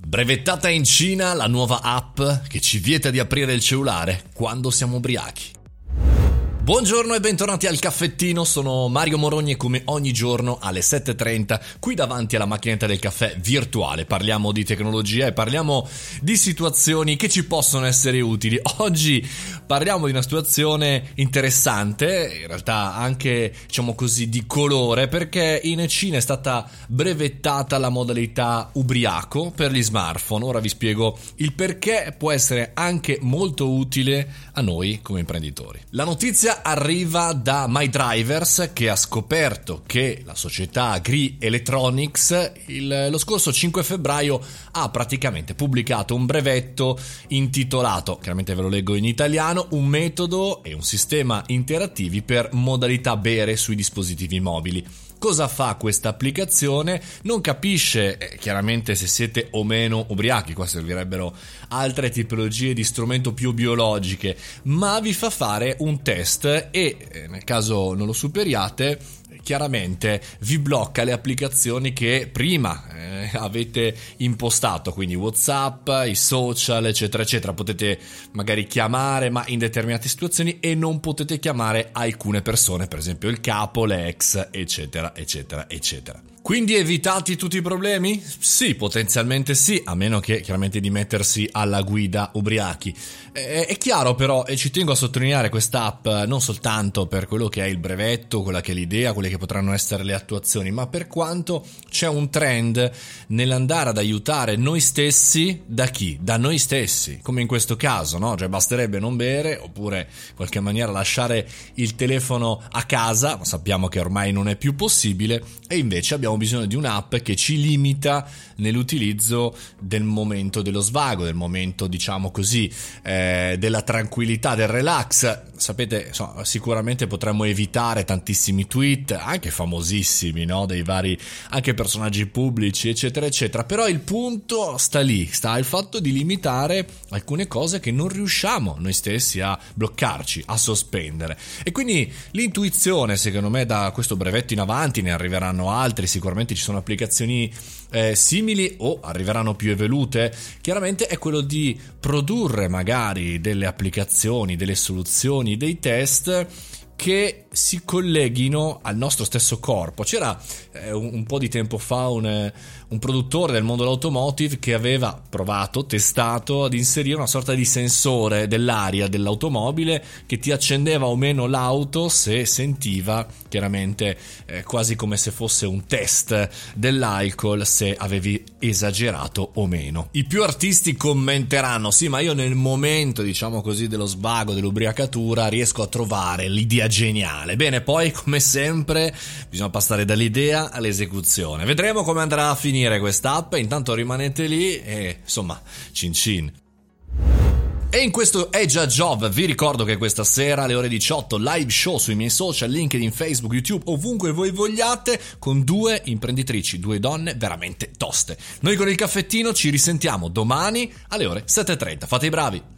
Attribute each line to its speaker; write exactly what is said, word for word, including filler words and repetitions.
Speaker 1: Brevettata in Cina la nuova app che ci vieta di aprire il cellulare quando siamo ubriachi. Buongiorno e bentornati al caffettino, sono Mario Morogni e come ogni giorno alle sette e trenta qui davanti alla macchinetta del caffè virtuale parliamo di tecnologia e parliamo di situazioni che ci possono essere utili. Oggi parliamo di una situazione interessante, in realtà anche diciamo così di colore, perché in Cina è stata brevettata la modalità ubriaco per gli smartphone. Ora vi spiego il perché può essere anche molto utile a noi come imprenditori. La notizia arriva da MyDrivers, che ha scoperto che la società Gree Electronics il, lo scorso cinque febbraio ha praticamente pubblicato un brevetto intitolato, chiaramente ve lo leggo in italiano, un metodo e un sistema interattivi per modalità bere sui dispositivi mobili. Cosa fa questa applicazione? Non capisce eh, chiaramente se siete o meno ubriachi, qua servirebbero altre tipologie di strumento più biologiche, ma vi fa fare un test e eh, nel caso non lo superiate chiaramente vi blocca le applicazioni che prima eh, avete impostato, quindi WhatsApp, i social eccetera eccetera. Potete magari chiamare ma in determinate situazioni e non potete chiamare alcune persone, per esempio il capo, le ex eccetera eccetera eccetera. Quindi evitati tutti i problemi? Sì, potenzialmente sì, a meno che chiaramente di mettersi alla guida ubriachi. È, è chiaro però, e ci tengo a sottolineare quest'app non soltanto per quello che è il brevetto, quella che è l'idea, quelle che potranno essere le attuazioni, ma per quanto c'è un trend nell'andare ad aiutare noi stessi da chi? Da noi stessi, come in questo caso, no? Cioè basterebbe non bere oppure in qualche maniera lasciare il telefono a casa, ma sappiamo che ormai non è più possibile, e invece abbiamo bisogno di un'app che ci limita nell'utilizzo del momento dello svago, del momento diciamo così eh, della tranquillità, del relax. Sapete, so, sicuramente potremmo evitare tantissimi tweet, anche famosissimi, no? Dei vari anche personaggi pubblici eccetera eccetera, però il punto sta lì, sta al fatto di limitare alcune cose che non riusciamo noi stessi a bloccarci, a sospendere. E quindi l'intuizione, secondo me, da questo brevetto in avanti ne arriveranno altri, sicuramente ci sono applicazioni eh, simili o arriveranno più evolute, chiaramente è quello di produrre magari delle applicazioni, delle soluzioni, dei test che si colleghino al nostro stesso corpo. C'era eh, un, un po' di tempo fa un, eh, un produttore del mondo dell'automotive che aveva provato, testato ad inserire una sorta di sensore dell'aria dell'automobile che ti accendeva o meno l'auto se sentiva, chiaramente eh, quasi come se fosse un test dell'alcol, se avevi esagerato o meno. I più artisti commenteranno: sì, ma io nel momento diciamo così dello svago, dell'ubriacatura riesco a trovare l'idea geniale. Bene, poi come sempre bisogna passare dall'idea all'esecuzione. Vedremo come andrà a finire quest'app, intanto rimanete lì e insomma cin cin. E in questo È Già Job vi ricordo che questa sera alle ore diciotto live show sui miei social, LinkedIn, Facebook, YouTube, ovunque voi vogliate, con due imprenditrici, due donne veramente toste. Noi con il caffettino ci risentiamo domani alle ore sette e trenta. Fate i bravi!